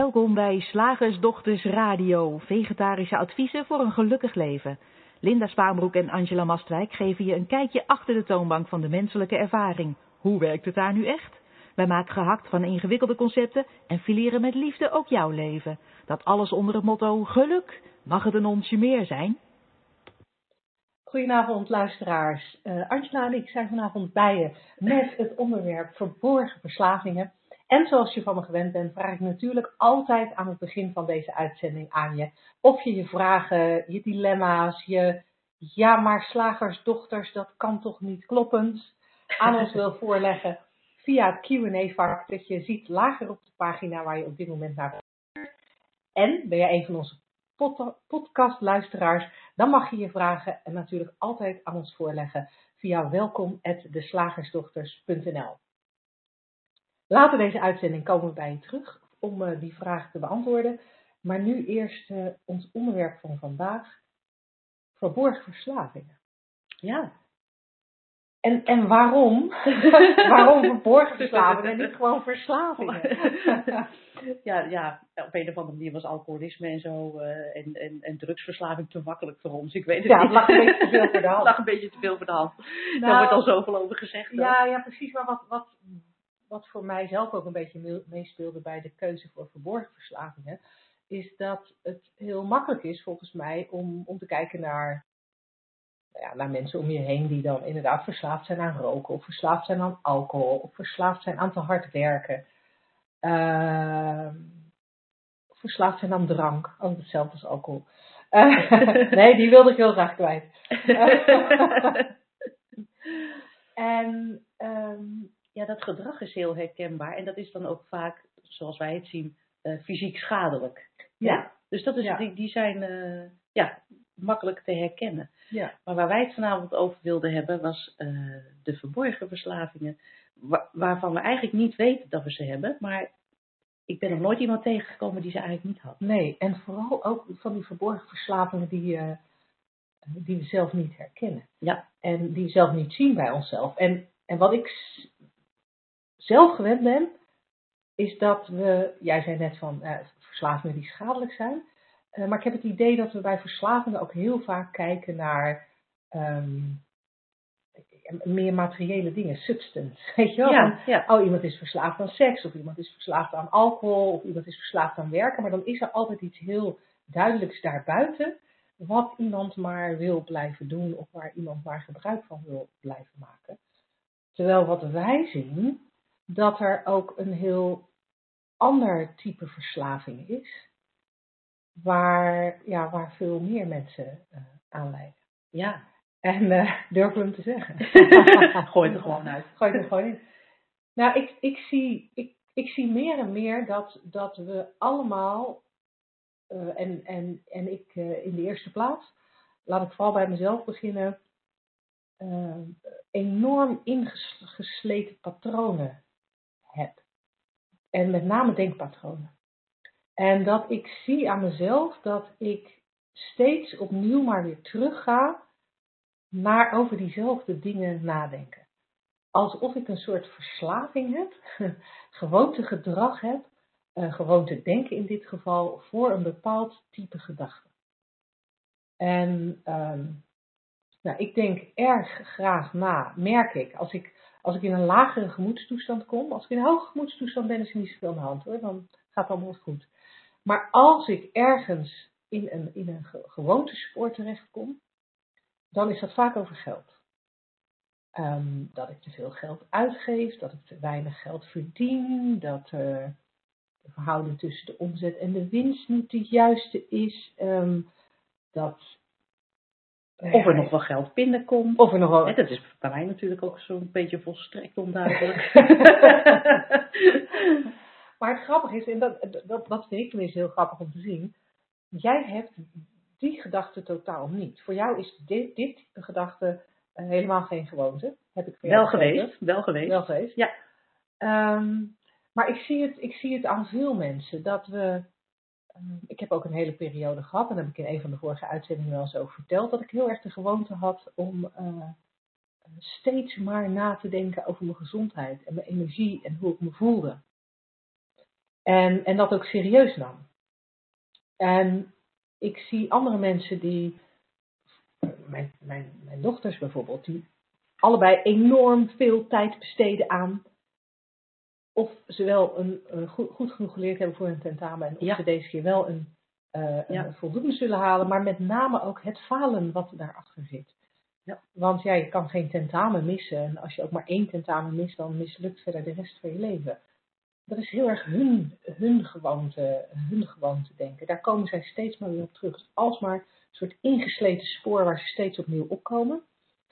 Welkom bij Slagersdochters Radio, vegetarische adviezen voor een gelukkig leven. Linda Spaanbroek en Angela Mastwijk geven je een kijkje achter de toonbank van de menselijke ervaring. Hoe werkt het daar nu echt? Wij maken gehakt van ingewikkelde concepten en fileren met liefde ook jouw leven. Dat alles onder het motto geluk. Mag het een onsje meer zijn? Goedenavond luisteraars. Angela en ik zijn vanavond bij je met het onderwerp verborgen verslavingen. En zoals je van me gewend bent, vraag ik natuurlijk altijd aan het begin van deze uitzending aan je of je je vragen, je dilemma's, je ja maar slagersdochters, dat kan toch niet kloppend, aan ons wil voorleggen via het Q&A-vak dat je ziet lager op de pagina waar je op dit moment naar kijkt. En ben jij een van onze podcastluisteraars, dan mag je je vragen en natuurlijk altijd aan ons voorleggen via welkom@deslagersdochters.nl. Later deze uitzending komen we bij je terug om die vragen te beantwoorden. Maar nu eerst ons onderwerp van vandaag, verborgen verslavingen. Ja. En waarom? Waarom verborgen verslavingen en niet gewoon verslavingen? Ja, op een of andere manier was alcoholisme en zo en drugsverslaving te makkelijk voor ons. Ik weet het niet. Het lag een beetje te veel voor de hand. Het lag een beetje te veel voor de hand. Daar wordt al zoveel over gezegd. Ja, precies. Maar wat voor mij zelf ook een beetje meespeelde bij de keuze voor verborgen verslavingen, is dat het heel makkelijk is volgens mij om te kijken naar mensen om je heen die dan inderdaad verslaafd zijn aan roken, of verslaafd zijn aan alcohol, of verslaafd zijn aan te hard werken. Of verslaafd zijn aan drank, ook hetzelfde als alcohol. Nee, die wilde ik heel graag kwijt. Dat gedrag is heel herkenbaar en dat is dan ook vaak, zoals wij het zien, fysiek schadelijk. Ja. Dus dat is, die zijn makkelijk te herkennen. Ja. Maar waar wij het vanavond over wilden hebben was de verborgen verslavingen, waarvan we eigenlijk niet weten dat we ze hebben, maar ik ben nog nooit iemand tegengekomen die ze eigenlijk niet had. Nee, en vooral ook van die verborgen verslavingen die we zelf niet herkennen. Ja. En die we zelf niet zien bij onszelf. En wat ik zelf gewend ben, is dat jij zei net van verslavingen die schadelijk zijn. Maar ik heb het idee dat we bij verslavingen ook heel vaak kijken naar meer materiële dingen, substance. Weet je wel? Ja. Oh, iemand is verslaafd aan seks, of iemand is verslaafd aan alcohol, of iemand is verslaafd aan werken. Maar dan is er altijd iets heel duidelijks daarbuiten, wat iemand maar wil blijven doen, of waar iemand maar gebruik van wil blijven maken. Terwijl wat wij zien, dat er ook een heel ander type verslaving is, waar veel meer mensen aan lijden. Ja. En durf hem te zeggen. Gooi het er gewoon uit. Gooi het er gewoon in. Nou, ik zie meer en meer dat we allemaal, en ik in de eerste plaats, laat ik vooral bij mezelf beginnen, enorm ingesleten patronen heb. En met name denkpatronen. En dat ik zie aan mezelf dat ik steeds opnieuw maar weer terugga naar over diezelfde dingen nadenken. Alsof ik een soort verslaving heb, gewoontegedrag heb, gewoonte denken in dit geval, voor een bepaald type gedachte. En ik denk erg graag na, merk ik, als ik in een lagere gemoedstoestand kom, als ik in een hoge gemoedstoestand ben, is er niet zoveel aan de hand hoor, dan gaat het allemaal goed. Maar als ik ergens in een gewoontespoor terechtkom, dan is dat vaak over geld. Dat ik te veel geld uitgeef, dat ik te weinig geld verdien, dat de verhouding tussen de omzet en de winst niet de juiste is, of er nog wel geld binnenkomt. Of er nog wel. Dat is bij mij natuurlijk ook zo'n beetje volstrekt onduidelijk. Maar het grappige is, en dat vind ik tenminste heel grappig om te zien, jij hebt die gedachte totaal niet. Voor jou is dit type gedachte helemaal geen gewoonte. Heb ik Wel geweest. Ja. Maar ik zie het aan veel mensen dat we. Ik heb ook een hele periode gehad, en daar heb ik in een van de vorige uitzendingen wel eens over verteld, dat ik heel erg de gewoonte had om steeds maar na te denken over mijn gezondheid en mijn energie en hoe ik me voelde. En dat ook serieus nam. En ik zie andere mensen die, mijn dochters bijvoorbeeld, die allebei enorm veel tijd besteden aan of ze wel een goed genoeg geleerd hebben voor hun tentamen en of ze deze keer wel een voldoende zullen halen, maar met name ook het falen wat daarachter zit. Ja. Want je kan geen tentamen missen en als je ook maar 1 tentamen mist, dan mislukt verder de rest van je leven. Dat is heel erg hun gewoonte denken. Daar komen zij steeds maar weer op terug. Het is alsmaar een soort ingesleten spoor waar ze steeds opnieuw opkomen.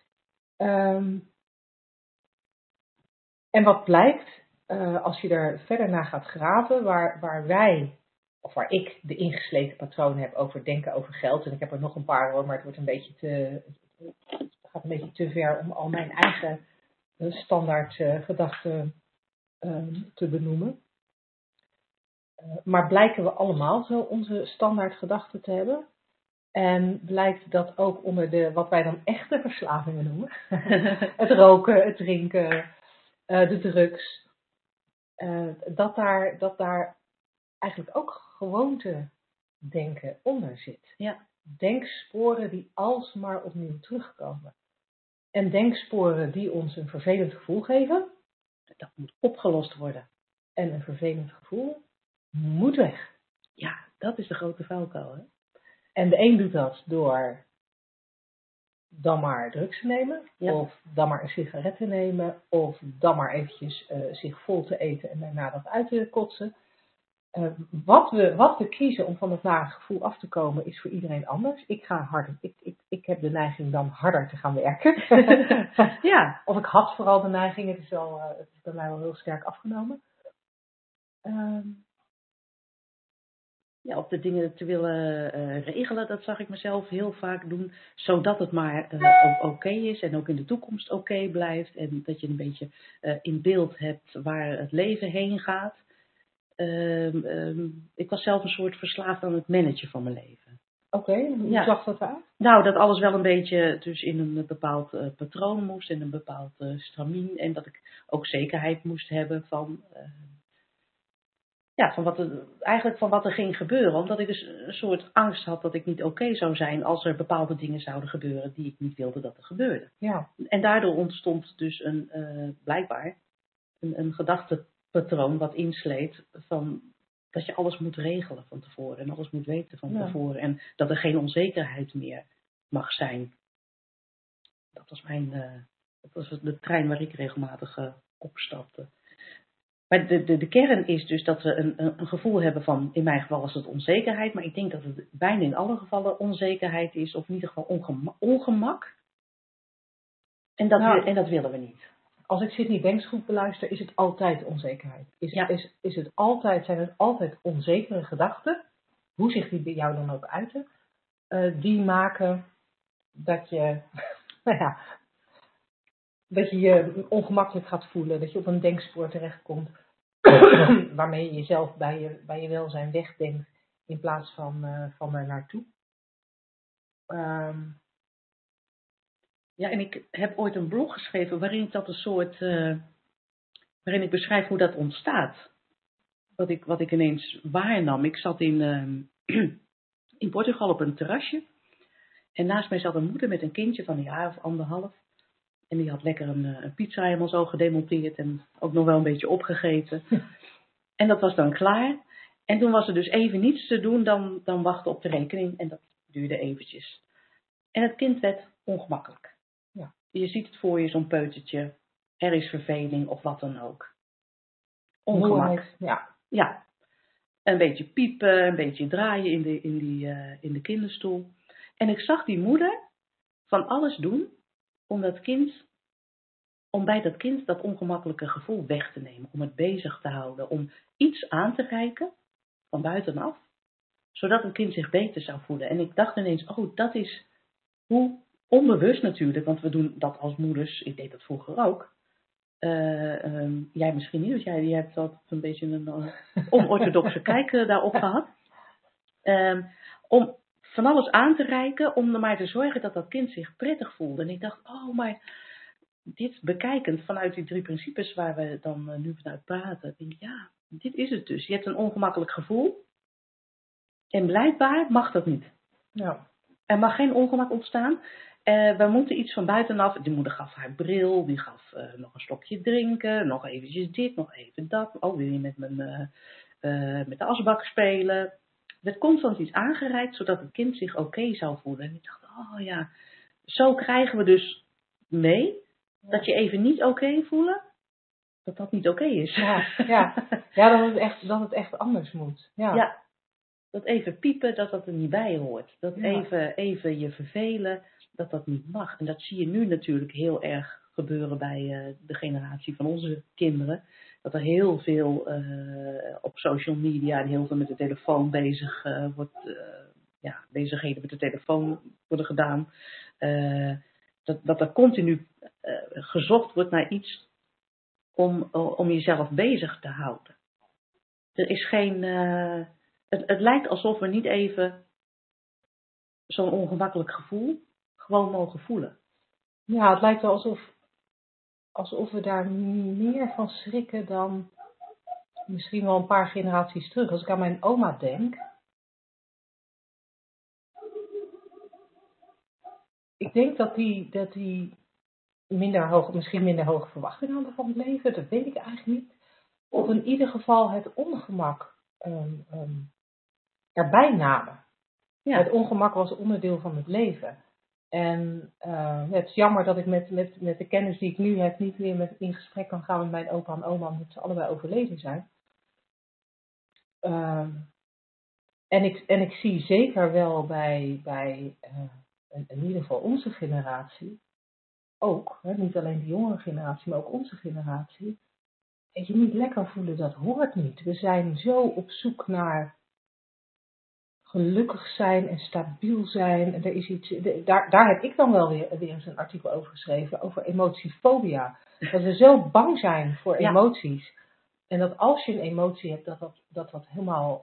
En wat blijkt, als je er verder naar gaat graven, waar ik de ingesleten patronen heb over denken over geld, en ik heb er nog een paar hoor, maar het gaat een beetje te ver om al mijn eigen standaard gedachten te benoemen. Maar blijken we allemaal zo onze standaard gedachten te hebben. En blijkt dat ook onder wat wij dan echte verslavingen noemen. Het roken, het drinken, de drugs. Dat daar eigenlijk ook gewoontedenken onder zit. Ja. Denksporen die alsmaar opnieuw terugkomen. En denksporen die ons een vervelend gevoel geven. Dat moet opgelost worden. En een vervelend gevoel moet weg. Ja, dat is de grote valkuil. Hè? En de een doet dat door dan maar drugs te nemen. Ja. Of dan maar een sigaret te nemen. Of dan maar eventjes zich vol te eten en daarna dat uit te kotsen. Wat we kiezen om van het nare gevoel af te komen is voor iedereen anders. Ik ga harder. Ik heb de neiging dan harder te gaan werken. Ja. Of ik had vooral de neiging. Het is bij mij wel heel sterk afgenomen. Ja, of de dingen te willen regelen, dat zag ik mezelf heel vaak doen, zodat het maar oké is en ook in de toekomst oké blijft en dat je een beetje in beeld hebt waar het leven heen gaat. Ik was zelf een soort verslaafd aan het managen van mijn leven. Oké, hoe zag dat uit? Nou, dat alles wel een beetje dus in een bepaald patroon moest, in een bepaald stramien en dat ik ook zekerheid moest hebben van van wat er ging gebeuren. Omdat ik dus een soort angst had dat ik niet oké zou zijn als er bepaalde dingen zouden gebeuren die ik niet wilde dat er gebeurden. Ja. En daardoor ontstond dus blijkbaar een gedachtepatroon wat insleet van dat je alles moet regelen van tevoren en alles moet weten van tevoren. En dat er geen onzekerheid meer mag zijn. Dat was de trein waar ik regelmatig opstapte. Maar de kern is dus dat we een gevoel hebben van, in mijn geval was het onzekerheid, maar ik denk dat het bijna in alle gevallen onzekerheid is, of in ieder geval ongemak. En dat willen we niet. Als ik Sydney Banks goed beluister, is het altijd onzekerheid. Zijn het altijd onzekere gedachten, hoe zich die bij jou dan ook uiten, die maken dat je, dat je je ongemakkelijk gaat voelen, dat je op een denkspoor terechtkomt, waarmee je jezelf bij je welzijn wegdenkt in plaats van er naartoe. En ik heb ooit een blog geschreven waarin ik dat waarin ik beschrijf hoe dat ontstaat. Wat ik ineens waarnam. Ik zat in Portugal op een terrasje en naast mij zat een moeder met een kindje van een jaar of 1,5. En die had lekker een pizza helemaal zo gedemonteerd en ook nog wel een beetje opgegeten. En dat was dan klaar. En toen was er dus even niets te doen dan wachten op de rekening. En dat duurde eventjes. En het kind werd ongemakkelijk. Ja. Je ziet het voor je, zo'n peutertje. Er is verveling of wat dan ook. Ongemak. Ja. Een beetje piepen, een beetje draaien in de kinderstoel. En ik zag die moeder van alles doen om bij dat kind dat ongemakkelijke gevoel weg te nemen. Om het bezig te houden. Om iets aan te reiken van buitenaf. Zodat het kind zich beter zou voelen. En ik dacht ineens, dat is hoe onbewust natuurlijk. Want we doen dat als moeders. Ik deed dat vroeger ook. Jij misschien niet. Want jij hebt altijd een beetje een onorthodoxe kijk daarop gehad. Om van alles aan te reiken. Om er maar te zorgen dat dat kind zich prettig voelde. En ik dacht, maar dit bekijkend vanuit die 3 principes waar we dan nu vanuit praten, denk ik, dit is het dus. Je hebt een ongemakkelijk gevoel. En blijkbaar mag dat niet. Ja. Er mag geen ongemak ontstaan. We moeten iets van buitenaf. Die moeder gaf haar bril. Die gaf nog een slokje drinken. Nog eventjes dit, nog even dat. Oh, wil je met de asbak spelen? Er werd constant iets aangereikt, zodat het kind zich oké zou voelen. En ik dacht, oh ja, zo krijgen we dus mee. Dat je even niet oké voelen. Dat niet oké is. Ja, dat het echt anders moet. Ja. Ja, dat even piepen, dat er niet bij hoort. Dat even je vervelen, dat niet mag. En dat zie je nu natuurlijk heel erg gebeuren bij de generatie van onze kinderen. Dat er heel veel op social media en heel veel met de telefoon bezig wordt. Bezigheden met de telefoon worden gedaan. Dat er continu gezocht wordt naar iets om jezelf bezig te houden. Er is geen... Het lijkt alsof we niet even zo'n ongemakkelijk gevoel gewoon mogen voelen. Ja, het lijkt wel alsof we daar meer van schrikken dan misschien wel een paar generaties terug. Als ik aan mijn oma denk. Ik denk dat die misschien minder hoge verwachtingen hadden van het leven. Dat weet ik eigenlijk niet. Of in ieder geval het ongemak erbij namen. Ja. Het ongemak was onderdeel van het leven. En het is jammer dat ik met de kennis die ik nu heb niet meer in gesprek kan gaan met mijn opa en oma, omdat ze allebei overleden zijn. En ik zie zeker wel bij in ieder geval onze generatie, ook, hè, niet alleen de jongere generatie, maar ook onze generatie, dat je niet lekker voelen, dat hoort niet. We zijn zo op zoek naar gelukkig zijn en stabiel zijn. En er is iets, daar heb ik dan wel weer eens een artikel over geschreven, over emotiefobia. Dat we zo bang zijn voor emoties. En dat als je een emotie hebt, dat helemaal,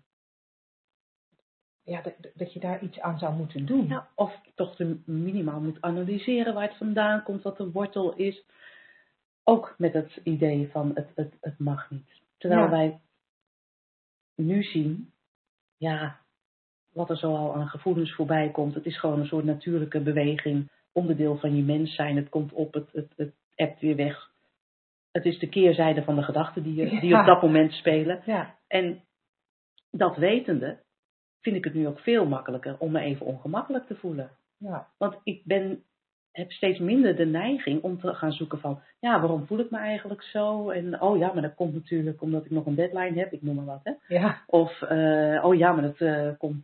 dat je daar iets aan zou moeten doen. Ja, of toch minimaal moet analyseren waar het vandaan komt, wat de wortel is. Ook met het idee van het mag niet. Terwijl wij nu zien, wat er zoal aan gevoelens voorbij komt. Het is gewoon een soort natuurlijke beweging. Onderdeel van je mens zijn. Het komt op, het ebt weer weg. Het is de keerzijde van de gedachten die op dat moment spelen. Ja. En dat wetende vind ik het nu ook veel makkelijker om me even ongemakkelijk te voelen. Ja. Want ik heb steeds minder de neiging om te gaan zoeken van, waarom voel ik me eigenlijk zo? En maar dat komt natuurlijk omdat ik nog een deadline heb, ik noem maar wat. Hè? Ja. Of, maar dat komt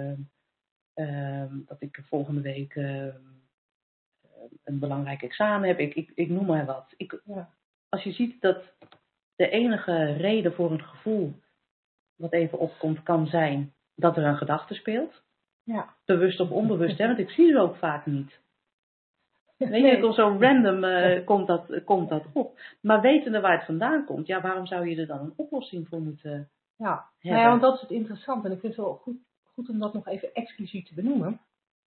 dat ik volgende week een belangrijk examen heb. Ik noem maar wat. Als je ziet dat de enige reden voor een gevoel wat even opkomt kan zijn dat er een gedachte speelt. Ja. Bewust of onbewust, hè? Want ik zie ze ook vaak niet. Weet je, Nee. zo random komt dat op. Maar wetende waar het vandaan komt, waarom zou je er dan een oplossing voor moeten hebben? Nou ja, want dat is het interessante. En ik vind het wel goed om dat nog even expliciet te benoemen.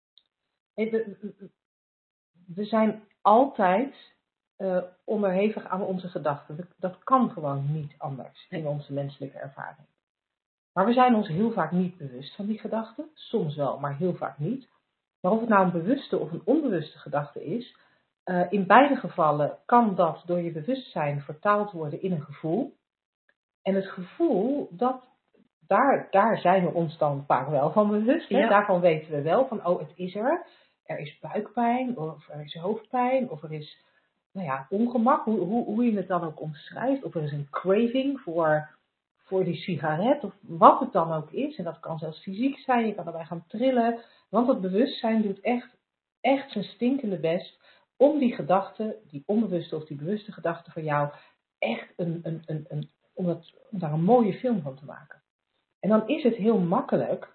We zijn altijd onderhevig aan onze gedachten. Dat kan gewoon niet anders in onze menselijke ervaring. Maar we zijn ons heel vaak niet bewust van die gedachten. Soms wel, maar heel vaak niet. Maar of het nou een bewuste of een onbewuste gedachte is, in beide gevallen kan dat door je bewustzijn vertaald worden in een gevoel. En het gevoel, daar zijn we ons dan vaak wel van bewust. Hè? Daarvan weten we wel van, het is er. Er is buikpijn, of er is hoofdpijn, of er is ongemak, hoe je het dan ook omschrijft. Of er is een craving voor die sigaret, of wat het dan ook is. En dat kan zelfs fysiek zijn, je kan erbij gaan trillen. Want het bewustzijn doet echt zijn stinkende best om die gedachte, die onbewuste of die bewuste gedachte van jou, echt om daar een mooie film van te maken. En dan is het heel makkelijk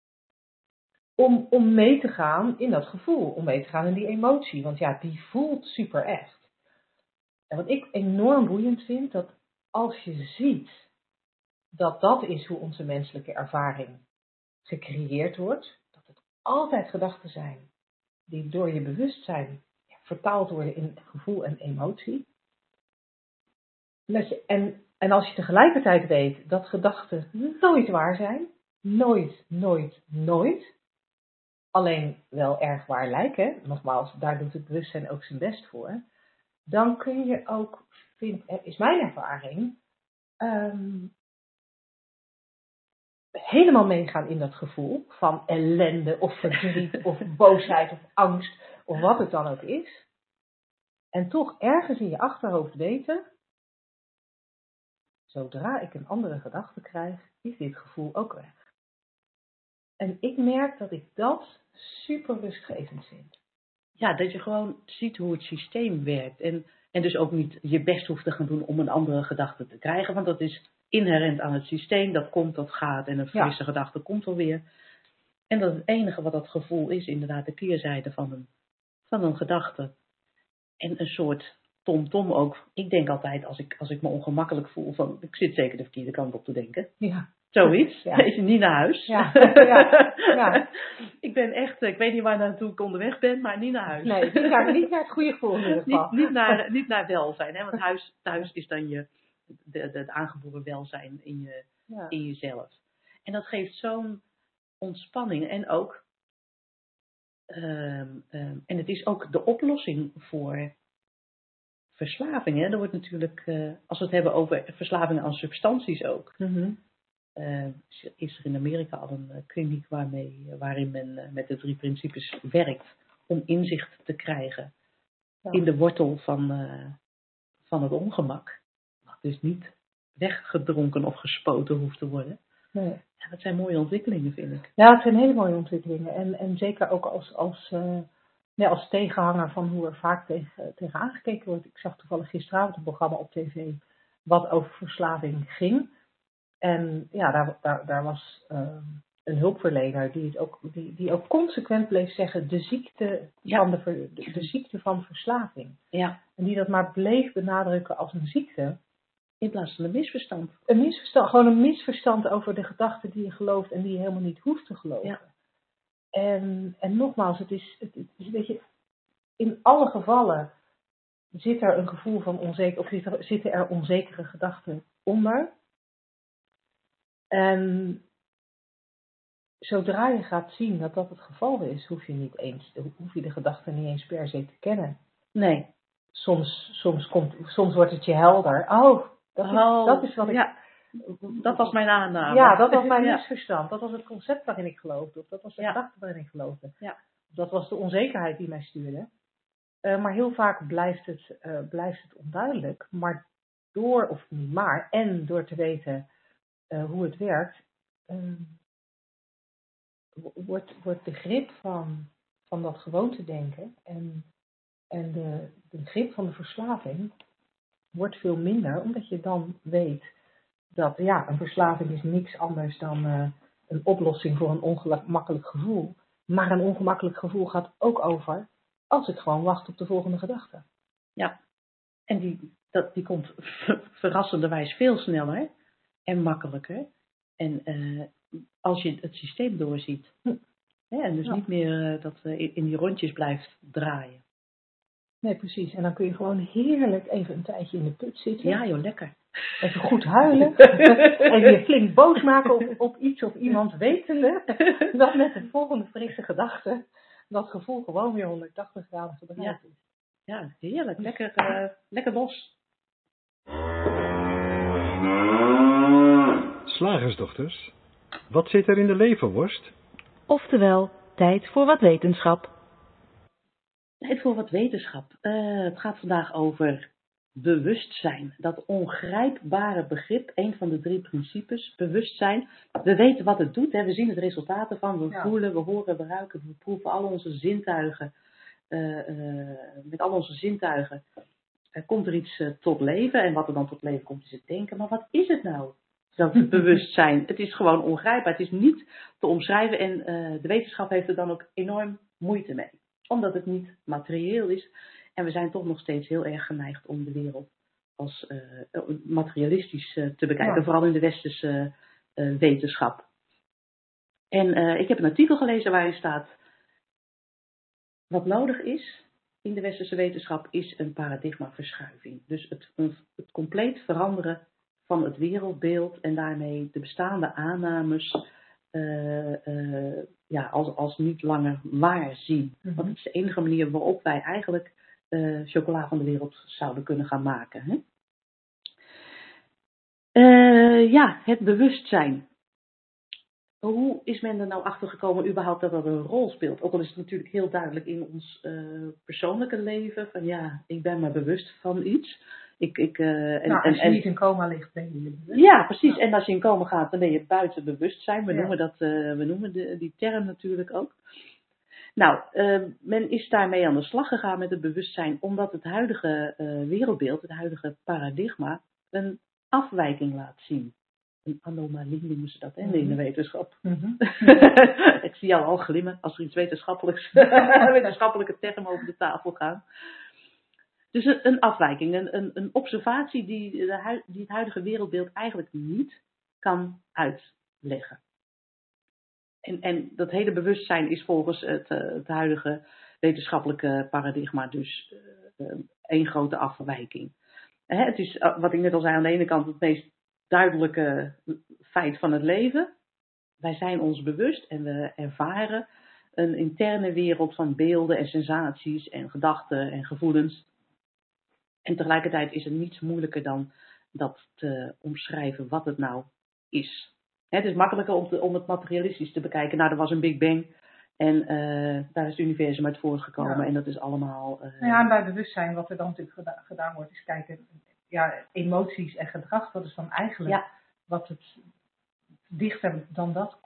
om mee te gaan in dat gevoel, om mee te gaan in die emotie. Want die voelt super echt. En wat ik enorm boeiend vind, dat als je ziet dat is hoe onze menselijke ervaring gecreëerd wordt, dat het altijd gedachten zijn die door je bewustzijn vertaald worden in gevoel en emotie. En als je tegelijkertijd weet dat gedachten nooit waar zijn, nooit, nooit, nooit, alleen wel erg waar lijken, nogmaals, daar doet het bewustzijn ook zijn best voor, dan kun je ook, is mijn ervaring, helemaal meegaan in dat gevoel van ellende of verdriet of boosheid of angst of wat het dan ook is. En toch ergens in je achterhoofd weten, zodra ik een andere gedachte krijg, is dit gevoel ook weg. En ik merk dat ik dat super rustgevend vind. Ja, dat je gewoon ziet hoe het systeem werkt. En dus ook niet je best hoeft te gaan doen om een andere gedachte te krijgen. Want dat is inherent aan het systeem. Dat komt, dat gaat. En een frisse gedachte komt alweer. En dat het enige wat dat gevoel is, inderdaad de keerzijde van een gedachte. En een soort tom-tom ook. Ik denk altijd, als ik me ongemakkelijk voel, van ik zit zeker de verkeerde kant op te denken. Ja. Zoiets. Ja. Weet je, niet naar huis. Ja. Ja. Ik ben echt, ik weet niet waar naartoe ik onderweg ben, maar niet naar huis. Nee, niet naar het goede gevoel in ieder geval. Niet naar welzijn, hè? Want thuis is dan het aangeboren welzijn in jezelf. En dat geeft zo'n ontspanning en ook, en het is ook de oplossing voor verslavingen. Er wordt natuurlijk, als we het hebben over verslavingen aan substanties ook, is er in Amerika al een kliniek waarin men met de 3 principes werkt om inzicht te krijgen in de wortel van het ongemak. Wat dus niet weggedronken of gespoten hoeft te worden. Nee. Ja, dat zijn mooie ontwikkelingen, vind ik. Ja, het zijn hele mooie ontwikkelingen. En zeker ook als tegenhanger van hoe er vaak tegen aangekeken wordt. Ik zag toevallig gisteravond een programma op tv wat over verslaving ging. En ja, daar was een hulpverlener die ook consequent bleef zeggen de ziekte van verslaving. Ja. En die dat maar bleef benadrukken als een ziekte. In plaats van een misverstand. Gewoon een misverstand over de gedachten die je gelooft en die je helemaal niet hoeft te geloven. Ja. En nogmaals, het is weet je, in alle gevallen zit er een gevoel van zitten er onzekere gedachten onder. En zodra je gaat zien dat dat het geval is, hoef je de gedachten niet eens per se te kennen. Nee. Soms wordt het je helder. Oh, dat is wat ik... Ja, dat was mijn aanname. Ja, dat was mijn misverstand. Dat was het concept waarin ik geloofde. Of dat was de gedachte waarin ik geloofde. Ja. Dat was de onzekerheid die mij stuurde. Maar heel vaak blijft het onduidelijk. Maar door te weten hoe het werkt, wordt de grip van dat gewoontedenken en de grip van de verslaving wordt veel minder, omdat je dan weet dat een verslaving is niks anders dan een oplossing voor een ongemakkelijk gevoel. Maar een ongemakkelijk gevoel gaat ook over als ik gewoon wacht op de volgende gedachte. Ja, en die komt verrassenderwijs veel sneller en makkelijker. En als je het systeem doorziet. En dus niet meer dat in die rondjes blijft draaien. Nee, precies. En dan kun je gewoon heerlijk even een tijdje in de put zitten. Ja joh, lekker. Even goed huilen. Even je flink boos maken op iets of iemand, wetende dat met de volgende frisse gedachte dat gevoel gewoon weer 180 graden gedraaid is. Ja, heerlijk. Lekker los. Slagersdochters, wat zit er in de leverworst? Oftewel, tijd voor wat wetenschap. Tijd voor wat wetenschap. Het gaat vandaag over bewustzijn. Dat ongrijpbare begrip, een van de 3 principes, bewustzijn. We weten wat het doet, hè? We zien het resultaat ervan. We voelen, we horen, we ruiken, we proeven al onze zintuigen. Met al onze zintuigen komt er iets tot leven. En wat er dan tot leven komt is het denken. Maar wat is het nou? Dat bewustzijn. Het is gewoon ongrijpbaar. Het is niet te omschrijven. En de wetenschap heeft er dan ook enorm moeite mee. Omdat het niet materieel is. En we zijn toch nog steeds heel erg geneigd om de wereld als materialistisch te bekijken. Ja. Vooral in de westerse wetenschap. En ik heb een artikel gelezen waarin staat: wat nodig is in de westerse wetenschap is een paradigmaverschuiving. Dus het compleet veranderen van het wereldbeeld en daarmee de bestaande aannames als niet langer waar zien. Mhm. Want het is de enige manier waarop wij eigenlijk chocola van de wereld zouden kunnen gaan maken. Hè? Het bewustzijn. Hoe is men er nou achter gekomen überhaupt dat dat een rol speelt? Ook al is het natuurlijk heel duidelijk in ons persoonlijke leven. Van ja, ik ben me bewust van iets. Als je niet in coma ligt, ben je niet bewust. Ja, precies. En als je in coma gaat, dan ben je buiten bewustzijn. We Ja. noemen die term natuurlijk ook. Nou, men is daarmee aan de slag gegaan met het bewustzijn, omdat het huidige wereldbeeld, het huidige paradigma, een afwijking laat zien. Een anomalie noemen ze dat in de wetenschap. Mhm. Ik zie jou al glimmen als er iets wetenschappelijke term over de tafel gaat. Dus een afwijking, een observatie die het huidige wereldbeeld eigenlijk niet kan uitleggen. En dat hele bewustzijn is volgens het huidige wetenschappelijke paradigma dus één grote afwijking. Het is, wat ik net al zei, aan de ene kant het meest duidelijke feit van het leven. Wij zijn ons bewust en we ervaren een interne wereld van beelden en sensaties en gedachten en gevoelens. En tegelijkertijd is er niets moeilijker dan dat te omschrijven wat het nou is. Het is makkelijker om het materialistisch te bekijken. Nou, er was een Big Bang en daar is het universum uit voortgekomen en dat is allemaal... en bij bewustzijn, wat er dan natuurlijk gedaan wordt, is kijken, emoties en gedrag, dat is dan eigenlijk wat het dichter dan dat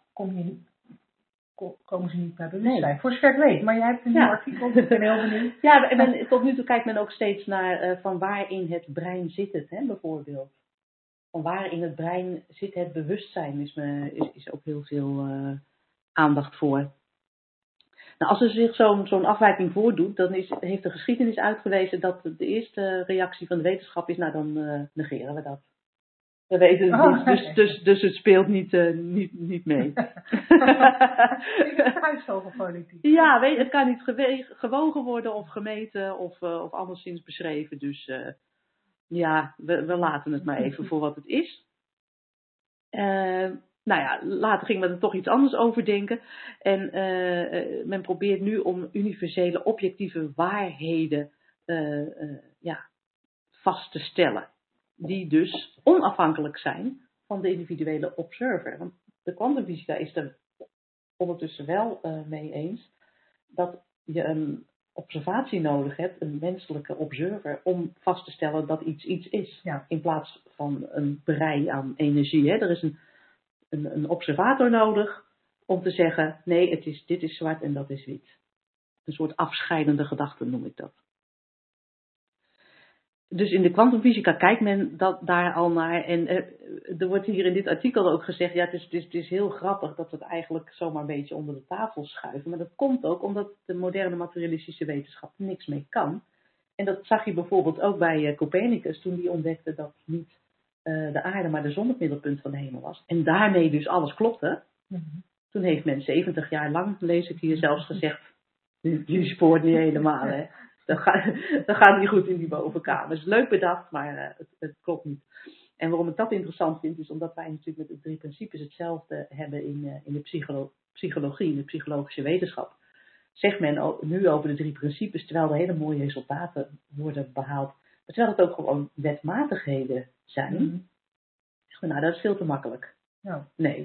komen ze niet bij bewustzijn. Nee. Voor zover ik weet, maar jij hebt een nieuw artikel, ik ben heel benieuwd. Ja, en tot nu toe kijkt men ook steeds naar van waar in het brein zit het, hè, bijvoorbeeld. Van waar in het brein zit het bewustzijn, is ook heel veel aandacht voor. Nou, als er zich zo'n afwijking voordoet, dan heeft de geschiedenis uitgewezen dat de eerste reactie van de wetenschap is, nou dan negeren we dat. We weten het niet, dus het speelt niet mee. Het is zoveel politiek. Ja, het kan niet gewogen worden of gemeten of anderszins beschreven. Dus we laten het maar even voor wat het is. Later ging men er toch iets anders over denken. En men probeert nu om universele objectieve waarheden vast te stellen. Die dus onafhankelijk zijn van de individuele observer. Want de kwantumfysica is er ondertussen wel mee eens dat je een observatie nodig hebt, een menselijke observer, om vast te stellen dat iets is. Ja. In plaats van een brei aan energie. Hè. Er is een observator nodig om te zeggen, nee, dit is zwart en dat is wit. Een soort afscheidende gedachte noem ik dat. Dus in de kwantumfysica kijkt men daar al naar. En er wordt hier in dit artikel ook gezegd, ja, het is heel grappig dat we het eigenlijk zomaar een beetje onder de tafel schuiven. Maar dat komt ook omdat de moderne materialistische wetenschap niks mee kan. En dat zag je bijvoorbeeld ook bij Copernicus toen die ontdekte dat niet de aarde maar de zon het middelpunt van de hemel was. En daarmee dus alles klopte. Mm-hmm. Toen heeft men 70 jaar lang, lees ik hier zelfs gezegd, jullie spoort niet helemaal, hè. Dat gaat niet goed in die bovenkamer. Het is leuk bedacht, maar het klopt niet. En waarom ik dat interessant vind, is omdat wij natuurlijk met de 3 principes hetzelfde hebben in de psychologie, in de psychologische wetenschap. Zegt men nu over de 3 principes, terwijl er hele mooie resultaten worden behaald. Maar terwijl het ook gewoon wetmatigheden zijn. Mm-hmm. Zeggen we, nou, dat is veel te makkelijk. Ja. Nee,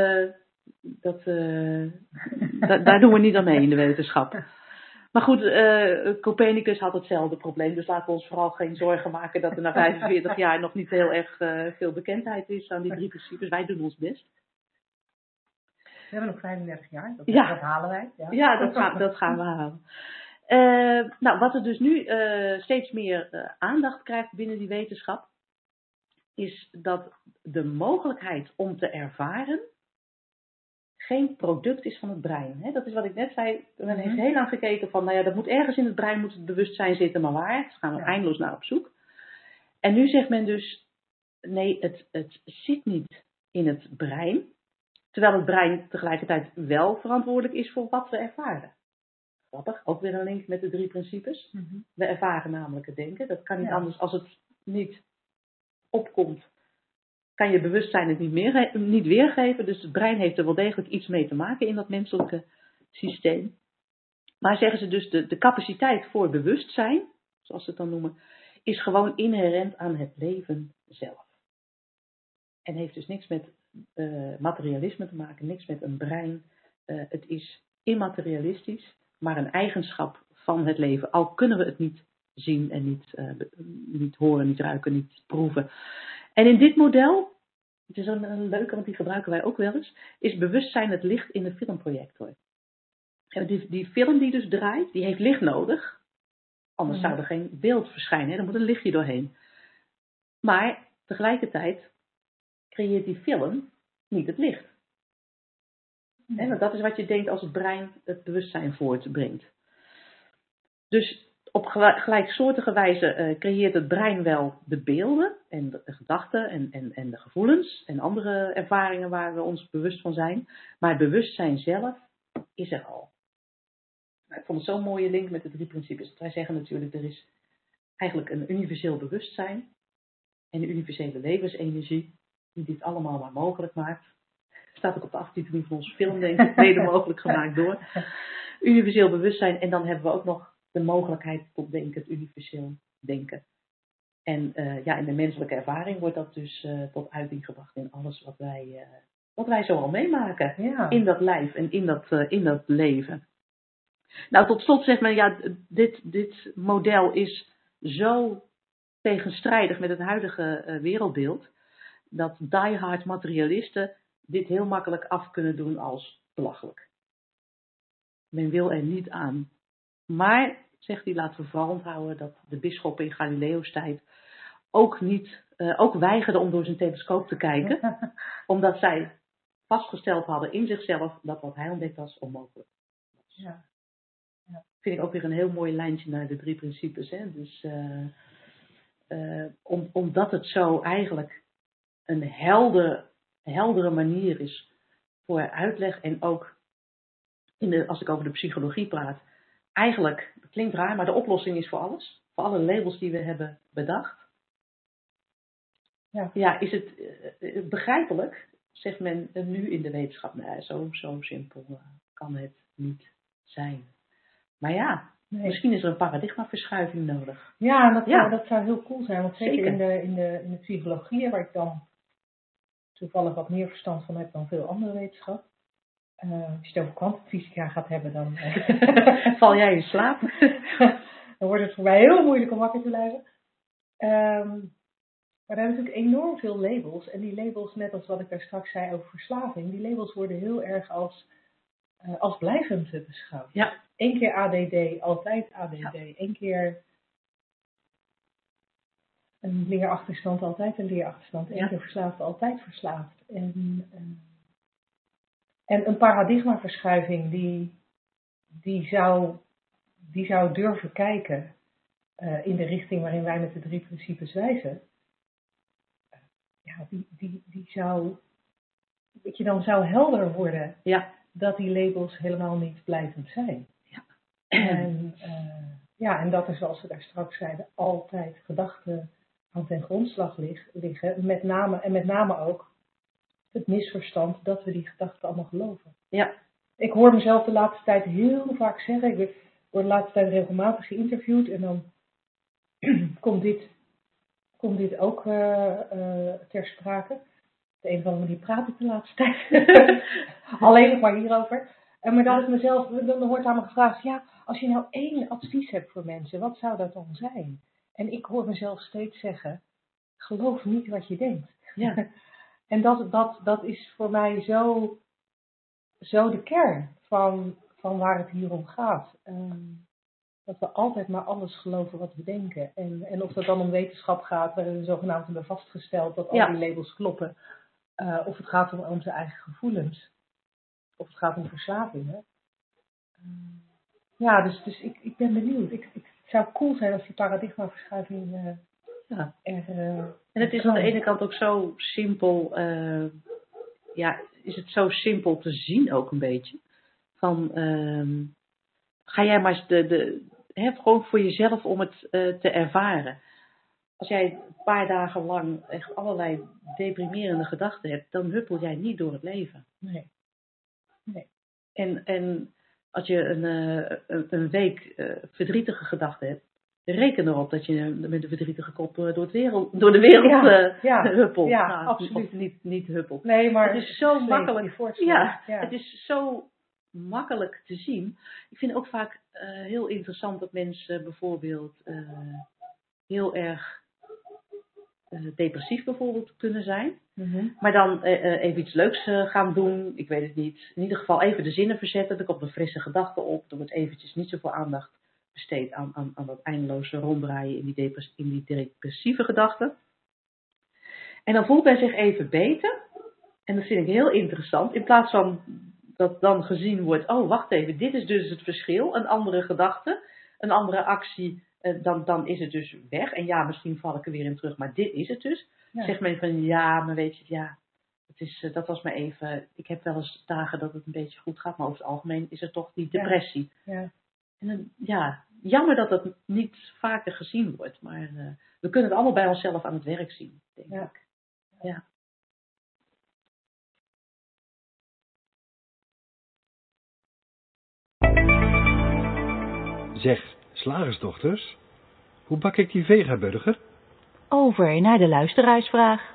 daar doen we niet aan mee in de wetenschap. Maar goed, Copernicus had hetzelfde probleem. Dus laten we ons vooral geen zorgen maken dat er na 45 jaar nog niet heel erg veel bekendheid is aan die 3 principes. Wij doen ons best. We hebben nog 35 jaar. Dat halen wij. Ja, dat gaan we halen. Wat er dus nu steeds meer aandacht krijgt binnen die wetenschap, is dat de mogelijkheid om te ervaren geen product is van het brein. Hè? Dat is wat ik net zei. Men heeft heel lang gekeken van, dat moet ergens in het brein moet het bewustzijn zitten, maar waar? Daar gaan we eindeloos naar op zoek. En nu zegt men dus, nee, het zit niet in het brein, terwijl het brein tegelijkertijd wel verantwoordelijk is voor wat we ervaren. Grappig, ook weer een link met de 3 principes. Mm-hmm. We ervaren namelijk het denken. Dat kan niet anders als het niet opkomt. kan je bewustzijn het niet weergeven. Dus het brein heeft er wel degelijk iets mee te maken in dat menselijke systeem. Maar zeggen ze dus, de capaciteit voor bewustzijn, zoals ze het dan noemen, is gewoon inherent aan het leven zelf. En heeft dus niks met materialisme te maken, niks met een brein. Het is immaterialistisch, maar een eigenschap van het leven. Al kunnen we het niet zien en niet horen, niet ruiken, niet proeven. En in dit model, het is een leuke, want die gebruiken wij ook wel eens, is bewustzijn het licht in de filmprojector. En die film die dus draait, die heeft licht nodig. Anders zou er geen beeld verschijnen. Hè? Er moet een lichtje doorheen. Maar tegelijkertijd creëert die film niet het licht. Want dat is wat je denkt als het brein het bewustzijn voortbrengt. Dus op gelijksoortige wijze creëert het brein wel de beelden en de gedachten en de gevoelens en andere ervaringen waar we ons bewust van zijn. Maar het bewustzijn zelf is er al. Nou, ik vond het zo'n mooie link met de 3 principes. Wij zeggen natuurlijk, er is eigenlijk een universeel bewustzijn en een universele levensenergie die dit allemaal maar mogelijk maakt. Staat ook op de aftiteling van onze film, denk ik, mede mogelijk gemaakt door. Universeel bewustzijn en dan hebben we ook nog de mogelijkheid tot denken, het universeel denken. En in de menselijke ervaring wordt dat dus tot uiting gebracht in alles wat wij zo al meemaken. Ja. In dat lijf en in dat leven. Nou, tot slot zegt men, dit model is zo tegenstrijdig met het huidige wereldbeeld, dat diehard materialisten dit heel makkelijk af kunnen doen als belachelijk. Men wil er niet aan. Maar, zegt hij, laten we vooral onthouden dat de bisschoppen in Galileo's tijd ook weigerden om door zijn telescoop te kijken, omdat zij vastgesteld hadden in zichzelf dat wat hij ontdekt was onmogelijk. Ja. Vind ik ook weer een heel mooi lijntje naar de 3 principes. Hè? Dus omdat het zo eigenlijk een heldere manier is voor uitleg en ook als ik over de psychologie praat, eigenlijk, het klinkt raar, maar de oplossing is voor alles. Voor alle labels die we hebben bedacht. Ja, is het begrijpelijk, zegt men nu in de wetenschap. Nee, zo simpel kan het niet zijn. Maar ja, misschien is er een paradigmaverschuiving nodig. Ja, dat zou heel cool zijn. Want zeker in de psychologie, waar ik dan toevallig wat meer verstand van heb dan veel andere wetenschap. Als je het over kwantumfysica gaat hebben, dan val jij in slaap. Dan wordt het voor mij heel moeilijk om wakker te blijven. Maar daar hebben natuurlijk enorm veel labels. En die labels, net als wat ik daar straks zei over verslaving, die labels worden heel erg als blijvend beschouwd. Ja. 1 keer ADD, altijd ADD. Ja. 1 keer een leerachterstand, altijd een leerachterstand. 1 keer verslaafd, altijd verslaafd. En een paradigmaverschuiving die zou durven kijken in de richting waarin wij met de 3 principes wijzen. Die zou, weet je, dan zou helder worden dat die labels helemaal niet blijvend zijn. Ja. En dat er, zoals we daar straks zeiden, altijd gedachten aan ten grondslag liggen. Met name ook het misverstand dat we die gedachten allemaal geloven. Ja. Ik hoor mezelf de laatste tijd heel vaak zeggen, ik word de laatste tijd regelmatig geïnterviewd en dan komt dit ook ter sprake. Op de een of andere manier praat ik de laatste tijd alleen nog maar hierover. Maar dat ik mezelf, dan wordt aan me gevraagd, ja, als je nou 1 advies hebt voor mensen, wat zou dat dan zijn? En ik hoor mezelf steeds zeggen, geloof niet wat je denkt. Ja. En dat is voor mij zo de kern van waar het hier om gaat. Dat we altijd maar alles geloven wat we denken. En of dat dan om wetenschap gaat, waarin we zogenaamd hebben vastgesteld dat al die labels kloppen. Of het gaat om onze eigen gevoelens. Of het gaat om verslavingen. Dus ik ben benieuwd. Het zou cool zijn als die paradigmaverschuiving en het is aan de ene kant ook zo simpel. Is het zo simpel te zien ook een beetje. Van, ga jij maar eens gewoon voor jezelf om het te ervaren. als jij een paar dagen lang echt allerlei deprimerende gedachten hebt, dan huppel jij niet door het leven. Nee. En als je een week verdrietige gedachten hebt, reken erop dat je met een verdrietige kop door de wereld huppelt. Ja, Nou, absoluut. Of niet huppelt. Nee, maar het is zo makkelijk. Ja, Het is zo makkelijk te zien. Ik vind ook vaak heel interessant dat mensen bijvoorbeeld heel erg depressief bijvoorbeeld kunnen zijn. Mm-hmm. Maar dan even iets leuks gaan doen. Ik weet het niet. In ieder geval even de zinnen verzetten. Er komt een frisse gedachte op. Er wordt eventjes niet zoveel aandacht besteed aan dat eindeloze ronddraaien in die depressieve gedachten. En dan voelt hij zich even beter. En dat vind ik heel interessant. In plaats van dat dan gezien wordt, oh wacht even, dit is dus het verschil. Een andere gedachte, een andere actie, dan is het dus weg. En ja, misschien val ik er weer in terug, maar dit is het dus. Ja. Zegt men van ja, maar weet je, ja, dat was maar even. Ik heb wel eens dagen dat het een beetje goed gaat, maar over het algemeen is het toch die depressie. Ja. En dan, jammer dat dat niet vaker gezien wordt, maar we kunnen het allemaal bij onszelf aan het werk zien, denk ik. Ja. Zeg, slagersdochters, hoe bak ik die vegaburger? Over naar de luisteraarsvraag.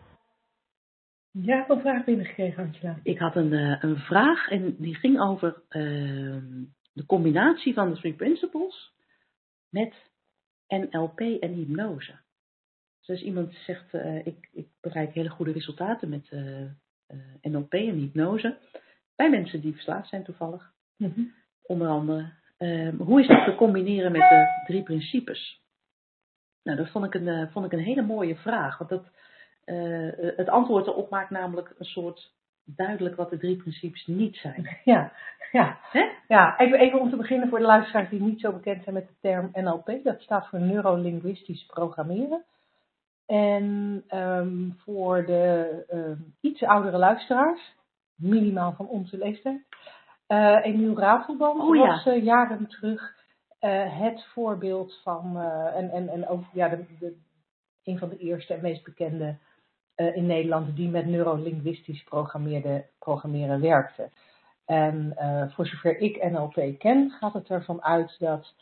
Ja, ik heb een vraag binnengekregen, Angela. Ik had een vraag en die ging over de combinatie van de 3 principles met NLP en hypnose. Dus iemand zegt, ik bereik hele goede resultaten met NLP en hypnose. Bij mensen die verslaafd zijn toevallig. Mm-hmm. Onder andere. Hoe is dat te combineren met de 3 principes? Nou, dat vond ik een hele mooie vraag. Want het antwoord erop maakt namelijk een soort duidelijk wat de 3 principes niet zijn. Ja. Hè? Ja, even om te beginnen voor de luisteraars die niet zo bekend zijn met de term NLP. Dat staat voor neurolinguistisch programmeren. En voor de iets oudere luisteraars, minimaal van onze leeftijd, Emiel Ratelband was jaren terug het voorbeeld van, en ook een van de eerste en meest bekende in Nederland die met neurolinguistisch programmeren werkte. En voor zover ik NLP ken, gaat het ervan uit dat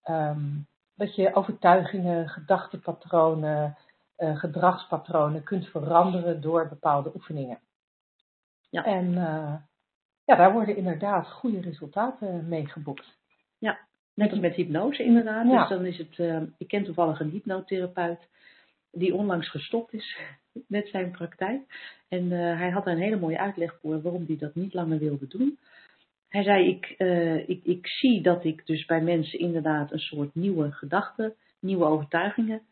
je overtuigingen, gedachtepatronen, gedragspatronen kunt veranderen door bepaalde oefeningen. Ja. En daar worden inderdaad goede resultaten mee geboekt. Ja, net als met hypnose inderdaad. Ja. Dus dan is het, ik ken toevallig een hypnotherapeut die onlangs gestopt is met zijn praktijk. En hij had daar een hele mooie uitleg voor waarom hij dat niet langer wilde doen. Hij zei, ik zie dat ik dus bij mensen inderdaad een soort nieuwe gedachten, nieuwe overtuigingen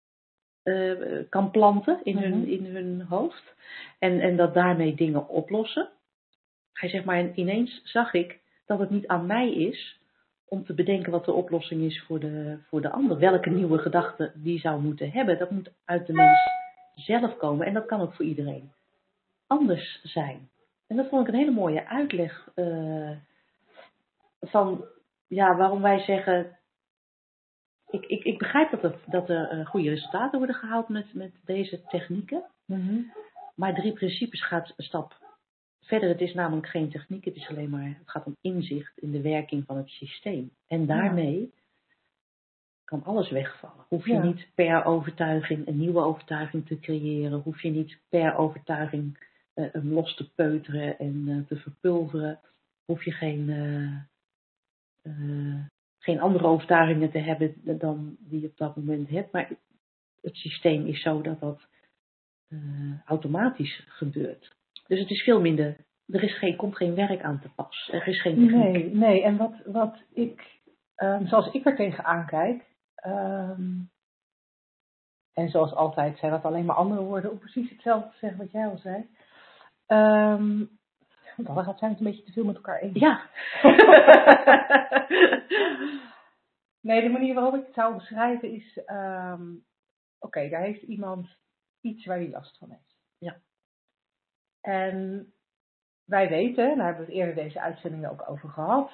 kan planten in hun hoofd. En dat daarmee dingen oplossen. Hij zegt, maar ineens zag ik dat het niet aan mij is om te bedenken wat de oplossing is voor de ander. Welke nieuwe gedachte die zou moeten hebben. Dat moet uit de mens zelf komen. En dat kan ook voor iedereen anders zijn. En dat vond ik een hele mooie uitleg van waarom wij zeggen. Ik begrijp dat er goede resultaten worden gehaald met deze technieken. Mm-hmm. Maar 3 principes gaat een stap verder. Het is namelijk geen techniek. Het is alleen maar, het gaat om inzicht in de werking van het systeem. En daarmee kan alles wegvallen. Hoef je niet per overtuiging een nieuwe overtuiging te creëren. Hoef je niet per overtuiging los te peuteren en te verpulveren. Hoef je geen andere overtuigingen te hebben dan die je op dat moment hebt. Maar het systeem is zo dat dat automatisch gebeurt. Dus het is veel minder. Komt geen werk aan te pas. Er is geen techniek. Nee. En wat ik, zoals ik er tegenaan kijk, en zoals altijd zijn dat alleen maar andere woorden om precies hetzelfde te zeggen wat jij al zei. Dan zijn we het een beetje te veel met elkaar eens. Ja. Nee, de manier waarop ik het zou beschrijven is, oké, daar heeft iemand iets waar hij last van heeft. Ja. En wij weten, daar hebben we het eerder deze uitzendingen ook over gehad,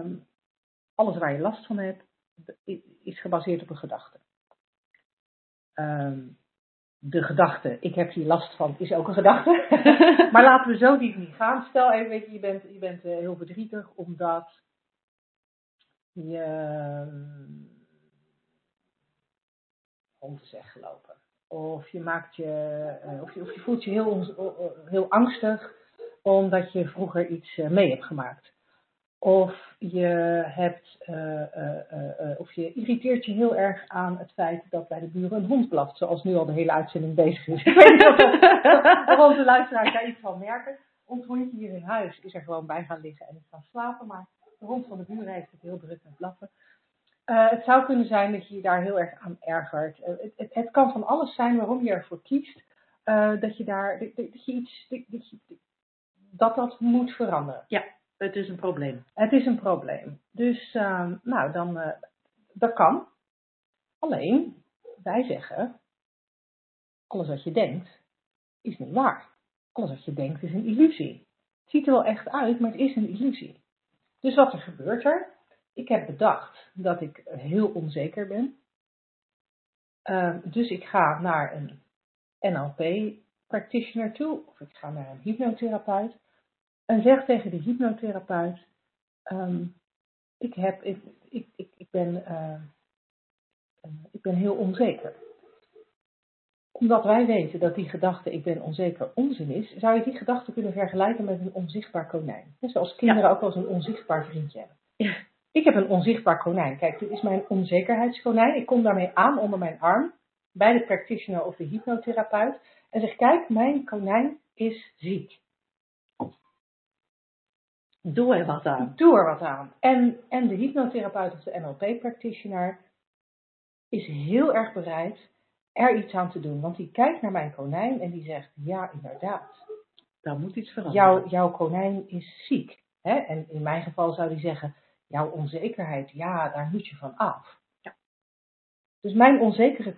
alles waar je last van hebt, is gebaseerd op een gedachte. De gedachte, ik heb hier last van, is ook een gedachte. Maar laten we zo diep niet gaan. Stel even, weet je bent heel verdrietig omdat je hond is weggelopen. Of je voelt je heel angstig omdat je vroeger iets mee hebt gemaakt. Of of je irriteert je heel erg aan het feit dat bij de buren een hond blaft. Zoals nu al de hele uitzending bezig is. Ik weet niet of onze luisteraars daar iets van merken. Ons hondje hier in huis is er gewoon bij gaan liggen en is gaan slapen. Maar de hond van de buren heeft het heel druk met blaffen. Het zou kunnen zijn dat je je daar heel erg aan ergert. Het kan van alles zijn waarom je ervoor kiest. Dat moet veranderen. Ja, het is een probleem. Het is een probleem. Dus, dat kan. Alleen, wij zeggen, alles wat je denkt, is niet waar. Alles wat je denkt is een illusie. Het ziet er wel echt uit, maar het is een illusie. Dus wat er gebeurt er? Ik heb bedacht dat ik heel onzeker ben. Dus ik ga naar een NLP-practitioner toe, of ik ga naar een hypnotherapeut. En zeg tegen de hypnotherapeut, ik ben heel onzeker. Omdat wij weten dat die gedachte, ik ben onzeker, onzin is, zou je die gedachte kunnen vergelijken met een onzichtbaar konijn. Zoals kinderen ook wel eens een onzichtbaar vriendje hebben. Ja. Ik heb een onzichtbaar konijn. Kijk, dit is mijn onzekerheidskonijn. Ik kom daarmee aan onder mijn arm, bij de practitioner of de hypnotherapeut. En zeg, kijk, mijn konijn is ziek. Doe er wat aan. Doe er wat aan. En de hypnotherapeut of de NLP-practitioner is heel erg bereid er iets aan te doen. Want die kijkt naar mijn konijn en die zegt, ja, inderdaad. Daar moet iets veranderen. Jouw konijn is ziek. Hè? En in mijn geval zou die zeggen, jouw onzekerheid, ja, daar moet je van af. Ja. Dus mijn onzichtbare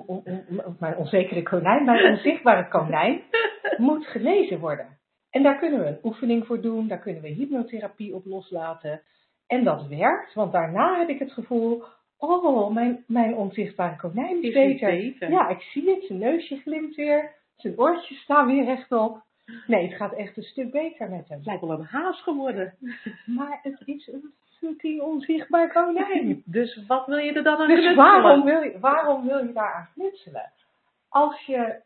konijn moet genezen worden. En daar kunnen we een oefening voor doen, daar kunnen we hypnotherapie op loslaten. En dat werkt, want daarna heb ik het gevoel, oh, mijn onzichtbare konijn is beter. Ja, ik zie het, zijn neusje glimt weer, zijn oortjes staan weer rechtop. Nee, het gaat echt een stuk beter met hem. Het lijkt wel een haas geworden. Maar het is een fucking onzichtbaar konijn. Dus wat wil je er dan aan Dus knutselen? waarom wil je daar aan knutselen? Als je...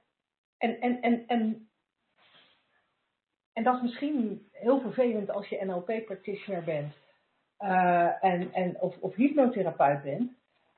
En dat is misschien heel vervelend als je NLP-practitioner bent. Of hypnotherapeut bent.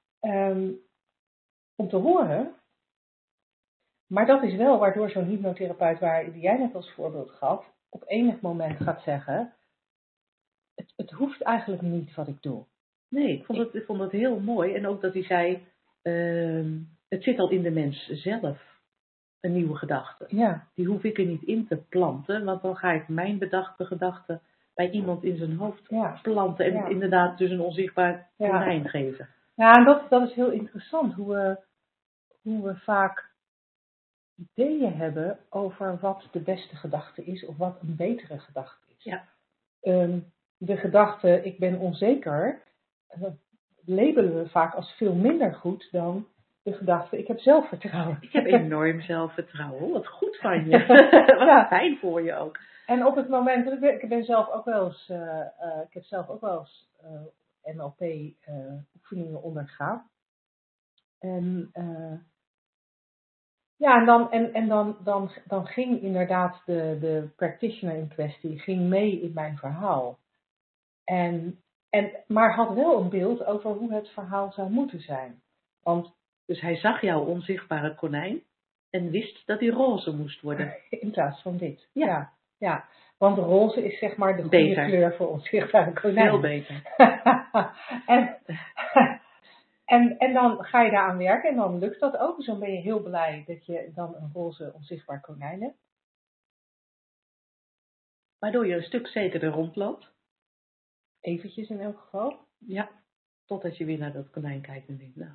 Om te horen. Maar dat is wel waardoor zo'n hypnotherapeut, die jij net als voorbeeld gaf, op enig moment gaat zeggen, het hoeft eigenlijk niet wat ik doe. Nee, ik vond het heel mooi. En ook dat hij zei, het zit al in de mens zelf. Een nieuwe gedachte. Ja. Die hoef ik er niet in te planten, want dan ga ik mijn bedachte gedachte bij iemand in zijn hoofd planten en inderdaad dus een onzichtbaar konijn geven. Ja, en dat is heel interessant, hoe we vaak ideeën hebben over wat de beste gedachte is of wat een betere gedachte is. Ja. De gedachte, ik ben onzeker, labelen we vaak als veel minder goed dan de gedachte, ik heb zelfvertrouwen. Ik heb enorm zelfvertrouwen. Wat goed van je. Wat fijn voor je ook. En op het moment, ik heb zelf ook wel eens NLP oefeningen ondergaan. En dan ging inderdaad de practitioner in kwestie ging mee in mijn verhaal. Maar had wel een beeld over hoe het verhaal zou moeten zijn. Dus hij zag jouw onzichtbare konijn en wist dat hij roze moest worden. In plaats van dit. Ja. Want roze is zeg maar de goede kleur voor onzichtbare konijn. Veel beter. En dan ga je daaraan werken en dan lukt dat ook. Dus dan ben je heel blij dat je dan een roze onzichtbaar konijn hebt. Waardoor je een stuk zekerder rondloopt. Eventjes in elk geval. Ja, totdat je weer naar dat konijn kijkt en denkt, nou.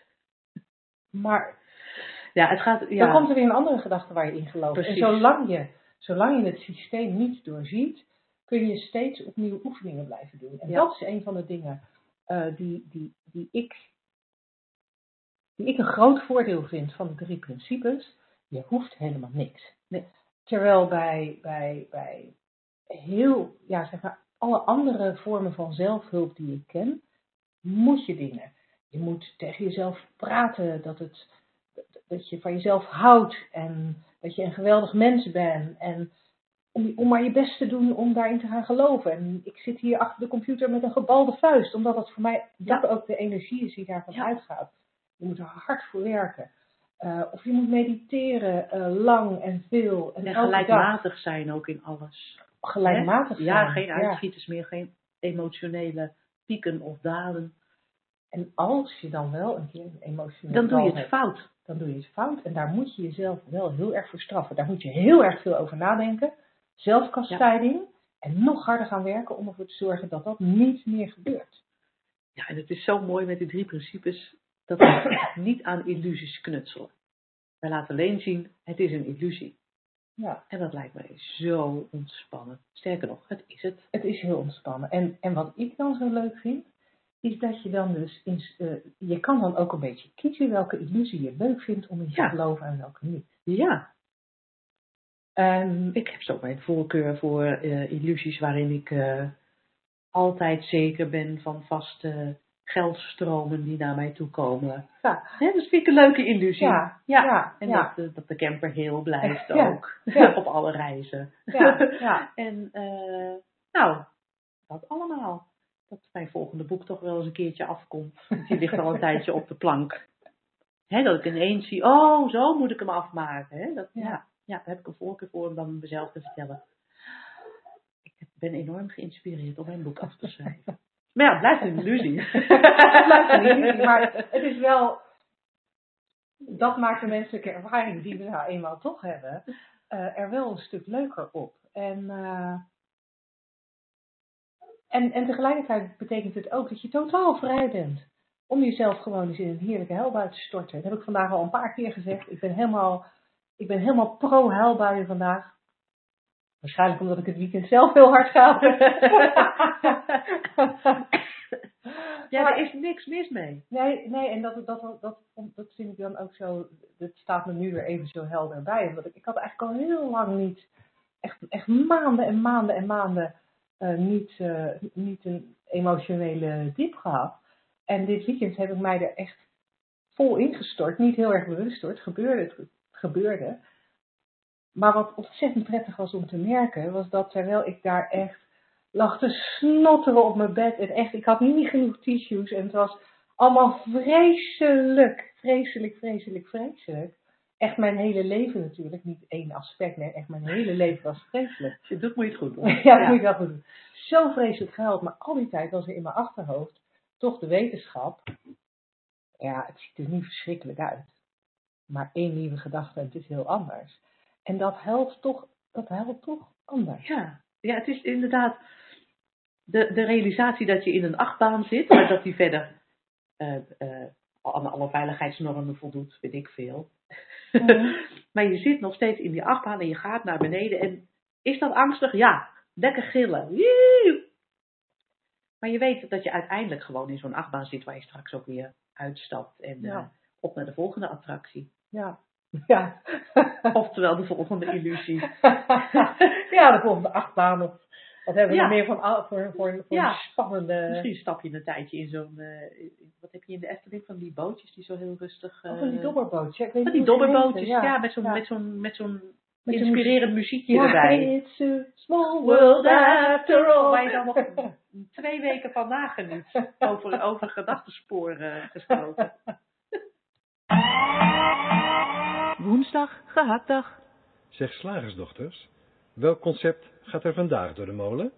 Maar ja, het gaat, dan komt er weer een andere gedachte waar je in gelooft. Precies. En zolang je het systeem niet doorziet, kun je steeds opnieuw oefeningen blijven doen. En dat is een van de dingen die ik die ik een groot voordeel vind van de 3 principes. Je hoeft helemaal niks. Nee. Terwijl bij heel, zeg maar, alle andere vormen van zelfhulp die ik ken, moet je dingen. Je moet tegen jezelf praten dat je van jezelf houdt en dat je een geweldig mens bent. En om maar je best te doen om daarin te gaan geloven. En ik zit hier achter de computer met een gebalde vuist, omdat dat voor mij dat ook de energie is die daarvan uitgaat. Je moet er hard voor werken. Of je moet mediteren, lang en veel. En gelijkmatig zijn ook in alles. Gelijkmatig zijn. Ja, geen uitschieters meer, geen emotionele pieken of dalen. En als je dan wel een keer een emotioneel dan doe je het fout. Dan doe je het fout. En daar moet je jezelf wel heel erg voor straffen. Daar moet je heel erg veel over nadenken. Zelfkastijding. En nog harder gaan werken om ervoor te zorgen dat dat niet meer gebeurt. Ja, en het is zo mooi met die 3 principes dat we niet aan illusies knutselen. Wij laten alleen zien, het is een illusie. Ja. En dat lijkt mij zo ontspannen. Sterker nog, het is het. Het is heel ontspannen. En wat ik dan zo leuk vind, is dat je dan dus, je kan dan ook een beetje kiezen welke illusie je leuk vindt om in te geloven en welke niet. Ja. Ik heb zo mijn voorkeur voor illusies waarin ik altijd zeker ben van vaste geldstromen die naar mij toe komen. Ja. Dat vind ik een leuke illusie. Ja. En dat de camper heel blijft ook. Op alle reizen. Ja. En dat allemaal. Dat mijn volgende boek toch wel eens een keertje afkomt. Die ligt al een tijdje op de plank. Dat ik ineens zie, zo moet ik hem afmaken. Daar heb ik een voorkeur voor om dan mezelf te vertellen. Ik ben enorm geïnspireerd om mijn boek af te schrijven. Maar ja, het blijft een illusie. Het blijft een illusie, maar het is wel, dat maakt de menselijke ervaring die we nou eenmaal toch hebben, er wel een stuk leuker op. En tegelijkertijd betekent het ook dat je totaal vrij bent om jezelf gewoon eens in een heerlijke huilbui te storten. Dat heb ik vandaag al een paar keer gezegd. Ik ben helemaal pro-huilbuien vandaag. Waarschijnlijk omdat ik het weekend zelf heel hard ga. Ja, er is niks mis mee. Nee, en dat vind ik dan ook zo, dat staat me nu weer even zo helder bij. Omdat ik had eigenlijk al heel lang niet, echt maanden en maanden en maanden niet een emotionele diep gehad. En dit weekend heb ik mij er echt vol ingestort. Niet heel erg bewust hoor, het gebeurde. Maar wat ontzettend prettig was om te merken, was dat terwijl ik daar echt lag te snotteren op mijn bed. En echt, ik had niet genoeg tissues. En het was allemaal vreselijk. Echt mijn hele leven natuurlijk. Niet één aspect, nee, echt mijn hele leven was vreselijk. Als je het doet, moet je het goed doen. Ja, dat moet je wel goed doen. Zo vreselijk gehuild, maar al die tijd was er in mijn achterhoofd toch de wetenschap. Ja, het ziet er niet verschrikkelijk uit. Maar één nieuwe gedachte en het is heel anders. En dat helpt toch anders. Ja, het is inderdaad de realisatie dat je in een achtbaan zit, maar dat die verder aan alle veiligheidsnormen voldoet, weet ik veel. Maar je zit nog steeds in die achtbaan en je gaat naar beneden. En is dat angstig? Ja, lekker gillen. Wee! Maar je weet dat je uiteindelijk gewoon in zo'n achtbaan zit waar je straks ook weer uitstapt en op naar de volgende attractie. Ja. Oftewel de volgende illusie. Ja, de volgende achtbaan. Wat hebben we nog meer voor een spannende... Misschien stap je een tijdje in zo'n... wat heb je in de Efteling van die bootjes die zo heel rustig... van die dobberbootjes. Van die dobberbootjes, met zo'n inspirerend muziekje erbij. It's a small world after all. Waar je dan nog 2 weken van nageniet. Over gedachtensporen gesproken. Woensdag, gehaktdag. Zeg slagersdochters, welk concept gaat er vandaag door de molen?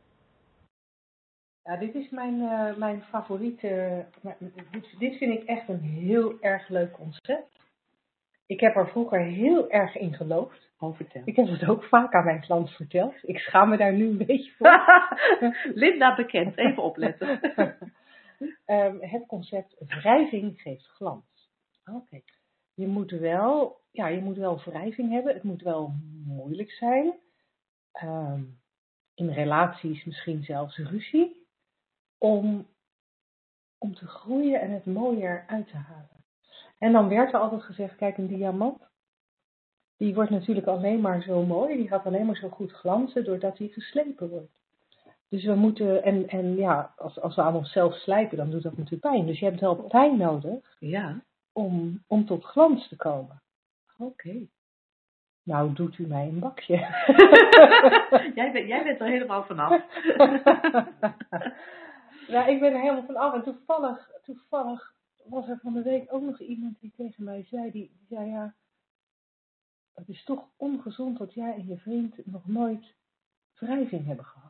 Ja, dit is mijn favoriete. Dit vind ik echt een heel erg leuk concept. Ik heb er vroeger heel erg in geloofd. Vertel. Ik heb het ook vaak aan mijn klant verteld. Ik schaam me daar nu een beetje voor. Linda bekend, even opletten. Het concept wrijving geeft glans. Oké. Je moet wel wrijving hebben. Het moet wel moeilijk zijn. In relaties misschien zelfs ruzie. Om te groeien en het mooier uit te halen. En dan werd er altijd gezegd, kijk, een diamant, die wordt natuurlijk alleen maar zo mooi, die gaat alleen maar zo goed glanzen doordat hij geslepen wordt. Dus we moeten, en ja, als we aan onszelf slijpen, dan doet dat natuurlijk pijn. Dus je hebt wel pijn nodig om tot glans te komen. Oké. Nou, doet u mij een bakje. Jij bent er helemaal vanaf. Ja, ik ben er helemaal vanaf. En toevallig was er van de week ook nog iemand die tegen mij zei, die zei, ja, het is toch ongezond dat jij en je vriend nog nooit wrijving hebben gehad.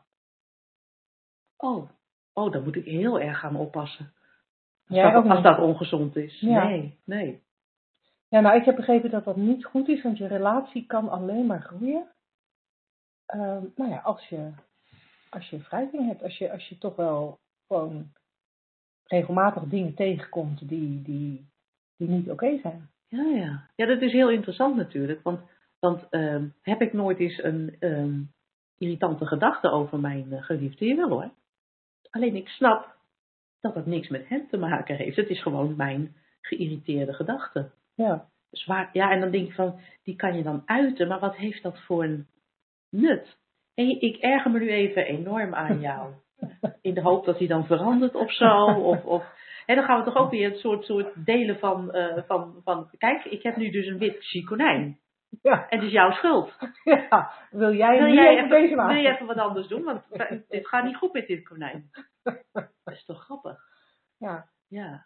Oh, dan moet ik heel erg gaan oppassen. Als dat ongezond is. Ja. Nee. Ja, nou, ik heb begrepen dat dat niet goed is, want je relatie kan alleen maar groeien. Nou ja, als je wrijving hebt, als je toch wel gewoon regelmatig dingen tegenkomt die niet oké zijn. Ja, dat is heel interessant natuurlijk. Want heb ik nooit eens een irritante gedachte over mijn geliefde? Jawel hoor. Alleen ik snap dat het niks met hem te maken heeft. Het is gewoon mijn geïrriteerde gedachte. Ja. Dus en dan denk ik van, die kan je dan uiten, maar wat heeft dat voor een nut? En ik erger me nu even enorm aan jou. In de hoop dat hij dan verandert of zo. En dan gaan we toch ook weer een soort delen van kijk, ik heb nu dus een wit chiconijn. Ja. En het is jouw schuld. Ja, wil jij even wat anders doen? Want dit gaat niet goed met dit konijn. Dat is toch grappig? Ja. Ja.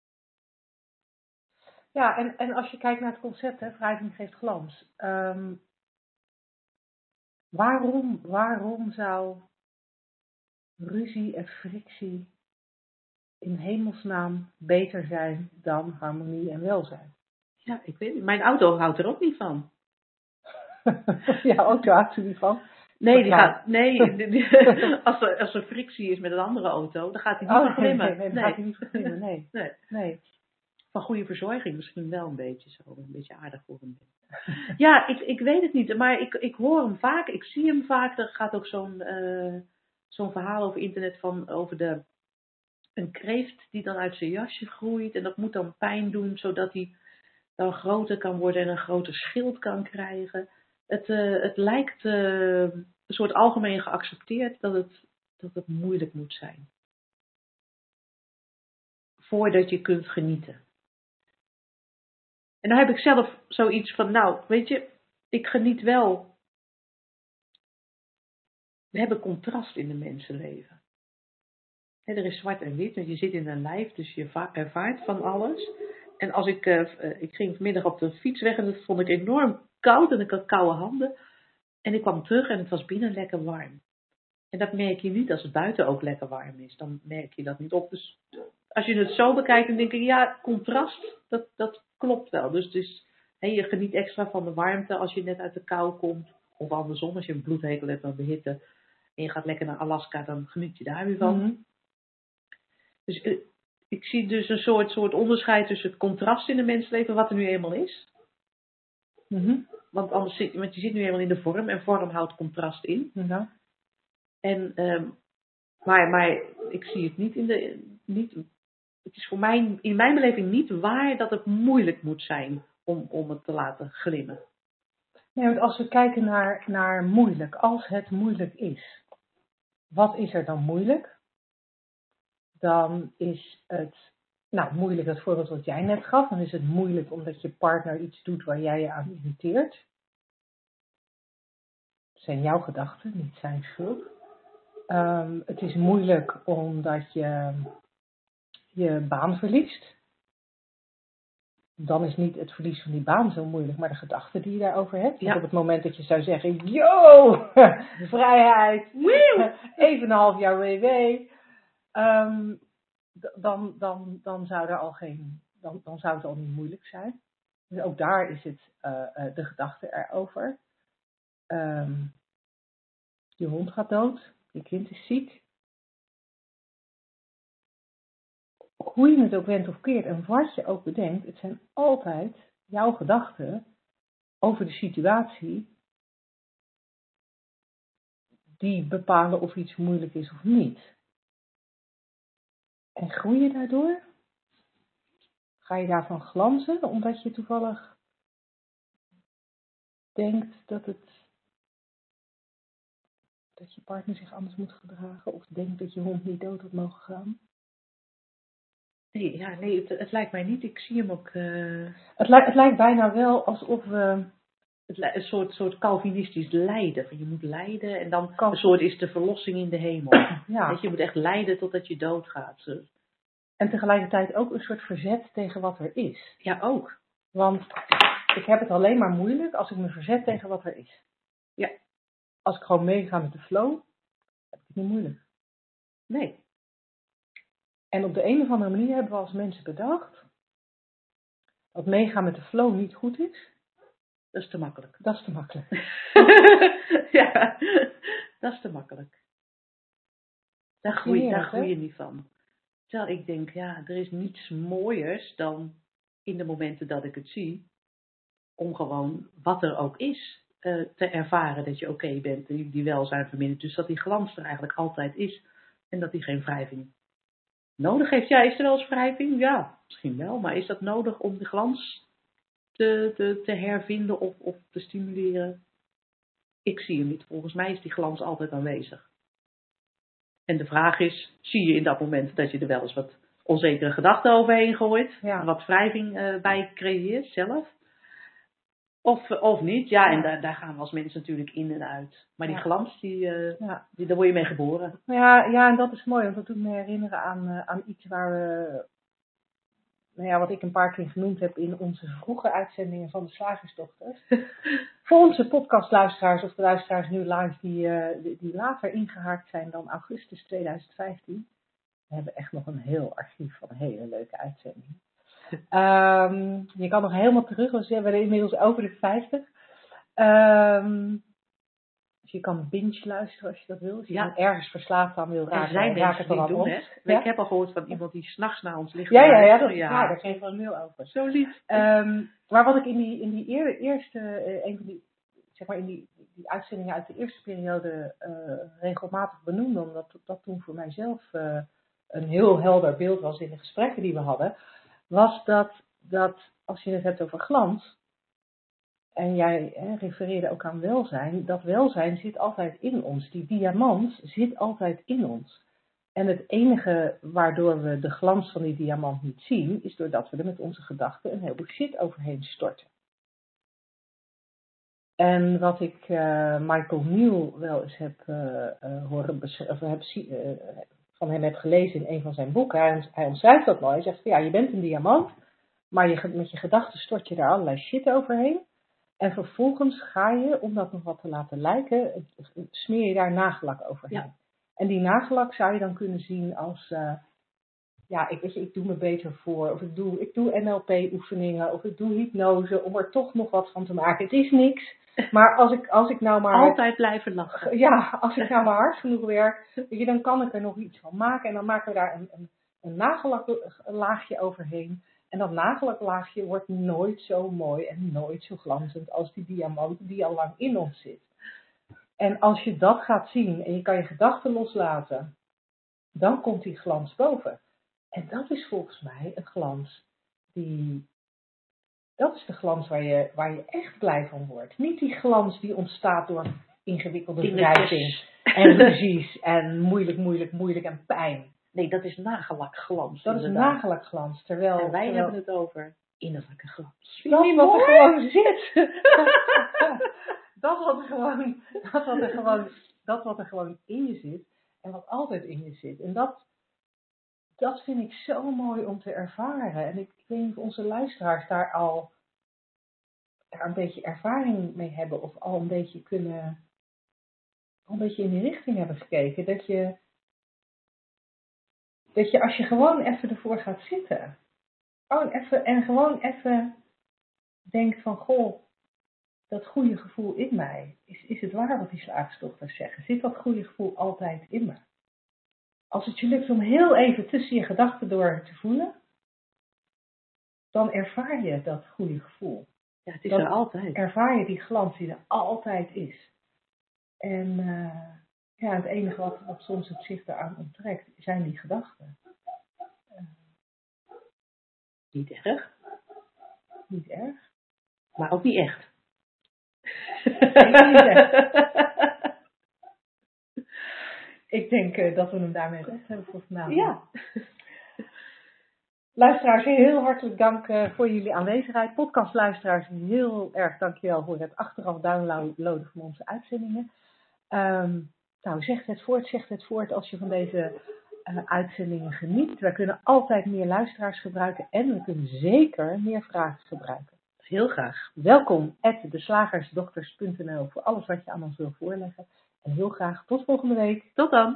Ja, en als je kijkt naar het concept, hè, wrijving geeft glans. Waarom zou ruzie en frictie in hemelsnaam beter zijn dan harmonie en welzijn? Ja, ik weet niet. Mijn auto houdt er ook niet van. Ja, auto houdt er niet van. Nee, als er frictie is met een andere auto, dan gaat hij niet van glimmen. Nee, dan gaat hij niet van glimmen, nee. Van goede verzorging misschien wel een beetje zo, een beetje aardig voor hem. Ja, ik weet het niet, maar ik hoor hem vaak, ik zie hem vaak. Er gaat ook zo'n verhaal over internet over een kreeft die dan uit zijn jasje groeit en dat moet dan pijn doen, zodat hij dan groter kan worden en een groter schild kan krijgen. Het lijkt een soort algemeen geaccepteerd dat het moeilijk moet zijn. Voordat je kunt genieten. En dan heb ik zelf zoiets van, nou, weet je, ik geniet wel. We hebben contrast in de mensenleven. Er is zwart en wit, want je zit in een lijf, dus je ervaart van alles. En als ik ging vanmiddag op de fiets weg en dat vond ik enorm koud en ik had koude handen. En ik kwam terug en het was binnen lekker warm. En dat merk je niet als het buiten ook lekker warm is. Dan merk je dat niet op. Dus als je het zo bekijkt, dan denk ik, ja, contrast, dat klopt wel. Dus je geniet extra van de warmte als je net uit de kou komt. Of andersom, als je een bloedhekel hebt aan de hitte. En je gaat lekker naar Alaska, dan geniet je daar weer van. Mm-hmm. Dus ik zie dus een soort onderscheid tussen het contrast in de mensleven, wat er nu eenmaal is. Mm-hmm. Want je zit nu eenmaal in de vorm en vorm houdt contrast in. Mm-hmm. En, maar ik zie het niet, het is voor mij in mijn beleving niet waar dat het moeilijk moet zijn om het te laten glimmen. Nee, want als we kijken naar moeilijk, als het moeilijk is, wat is er dan moeilijk? Dan is het, moeilijk dat voorbeeld wat jij net gaf, dan is het moeilijk omdat je partner iets doet waar jij je aan irriteert. Het zijn jouw gedachten, niet zijn schuld. Het is moeilijk omdat je je baan verliest. Dan is niet het verlies van die baan zo moeilijk, maar de gedachten die je daarover hebt. Ja. Want op het moment dat je zou zeggen, yo, vrijheid, even een half jaar WW, dan zou er dan zou het al niet moeilijk zijn. Dus ook daar is het de gedachte erover. Je hond gaat dood, je kind is ziek. Hoe je het ook went of keert en wat je ook bedenkt, het zijn altijd jouw gedachten over de situatie die bepalen of iets moeilijk is of niet. En groei je daardoor? Ga je daarvan glanzen, omdat je toevallig denkt dat je partner zich anders moet gedragen? Of denkt dat je hond niet dood had mogen gaan? Nee, het lijkt mij niet. Ik zie hem ook... Het lijkt bijna wel alsof we... Een soort Calvinistisch lijden. Van je moet lijden en dan een soort is de verlossing in de hemel. Ja. Dat je moet echt lijden totdat je doodgaat. En tegelijkertijd ook een soort verzet tegen wat er is. Ja, ook. Want ik heb het alleen maar moeilijk als ik me verzet tegen wat er is. Ja. Als ik gewoon meega met de flow, heb ik het niet moeilijk. Nee. En op de een of andere manier hebben we als mensen bedacht dat meegaan met de flow niet goed is. Dat is te makkelijk. Dat is te makkelijk. Ja, dat is te makkelijk. Daar groei je niet van. Terwijl ik denk, er is niets mooiers dan in de momenten dat ik het zie, om gewoon wat er ook is te ervaren dat je oké bent, die welzijn vermindert. Dus dat die glans er eigenlijk altijd is en dat die geen wrijving nodig heeft. Ja, is er wel eens wrijving? Ja, misschien wel, maar is dat nodig om de glans te hervinden of te stimuleren? Ik zie hem niet. Volgens mij is die glans altijd aanwezig. En de vraag is, zie je in dat moment dat je er wel eens wat onzekere gedachten overheen gooit, wat wrijving bij creëert zelf? Of niet? Ja, en daar gaan we als mensen natuurlijk in en uit. Maar die glans, daar word je mee geboren. Ja, en dat is mooi, want dat doet me herinneren aan iets waar we, wat ik een paar keer genoemd heb in onze vroege uitzendingen van de Slagersdochters. Voor onze podcastluisteraars of de luisteraars nu live die later ingehaakt zijn dan augustus 2015. We hebben echt nog een heel archief van een hele leuke uitzendingen. Je kan nog helemaal terug, want we hebben er inmiddels over de 50. Dus je kan binge luisteren als je dat wil. Als je dan ergens verslaafd aan wil raken. Er zijn mensen die doen het. Ja? Ik heb al gehoord van iemand die 's nachts naar ons ligt. Daar geven we een mail over. Zo lief. Maar wat ik in die eerste, een van die, zeg maar in die uitzendingen uit de eerste periode regelmatig benoemde, omdat dat toen voor mijzelf een heel helder beeld was in de gesprekken die we hadden, was dat als je het hebt over glans, en jij refereerde ook aan welzijn, dat welzijn zit altijd in ons. Die diamant zit altijd in ons. En het enige waardoor we de glans van die diamant niet zien, is doordat we er met onze gedachten een heleboel shit overheen storten. En wat ik Michael Neill wel eens heb van hem heb gelezen in een van zijn boeken, hij omschrijft dat mooi. Hij zegt, je bent een diamant, maar met je gedachten stort je daar allerlei shit overheen. En vervolgens ga je, om dat nog wat te laten lijken, smeer je daar nagellak overheen. Ja. En die nagellak zou je dan kunnen zien als, ik doe me beter voor. Of ik doe NLP-oefeningen. Of ik doe hypnose om er toch nog wat van te maken. Het is niks. Maar als ik nou maar... Altijd blijven lachen. Ja, als ik nou maar hard genoeg werk, dan kan ik er nog iets van maken. En dan maken we daar een nagellaklaagje overheen. En dat nagellaklaagje wordt nooit zo mooi en nooit zo glanzend als die diamant die al lang in ons zit. En als je dat gaat zien en je kan je gedachten loslaten, dan komt die glans boven. En dat is volgens mij een glans dat is de glans waar je echt blij van wordt. Niet die glans die ontstaat door ingewikkelde wrijving en ruzies en moeilijk en pijn. Nee, dat is nagellakglans. Dat is nagellakglans. En wij hebben het over innerlijke glans. Dat wat er gewoon zit. dat wat er gewoon in je zit. En wat altijd in je zit. En dat vind ik zo mooi om te ervaren. En ik weet niet of onze luisteraars daar een beetje ervaring mee hebben. Of al een beetje in die richting hebben gekeken. Dat je als je gewoon even ervoor gaat zitten. Gewoon even denkt van, goh, dat goede gevoel in mij. Is het waar wat die slagersdochters zeggen? Zit dat goede gevoel altijd in me? Als het je lukt om heel even tussen je gedachten door te voelen, dan ervaar je dat goede gevoel. Ja, het is er altijd. Ervaar je die glans die er altijd is. En het enige wat soms het zich daaraan onttrekt, zijn die gedachten. Niet erg, Niet erg. maar ook niet echt. Niet echt. Ik denk dat we hem daarmee recht hebben voor vanavond. Ja. Luisteraars, heel hartelijk dank voor jullie aanwezigheid. Podcastluisteraars, heel erg dankjewel voor het achteraf downloaden van onze uitzendingen. Zeg het voort als je van deze uitzendingen geniet. We kunnen altijd meer luisteraars gebruiken en we kunnen zeker meer vragen gebruiken. Heel graag. Welkom @deslagersdochters.nl voor alles wat je aan ons wil voorleggen. En heel graag tot volgende week. Tot dan.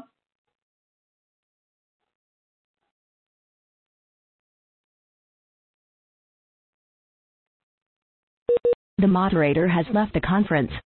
The moderator has left the conference.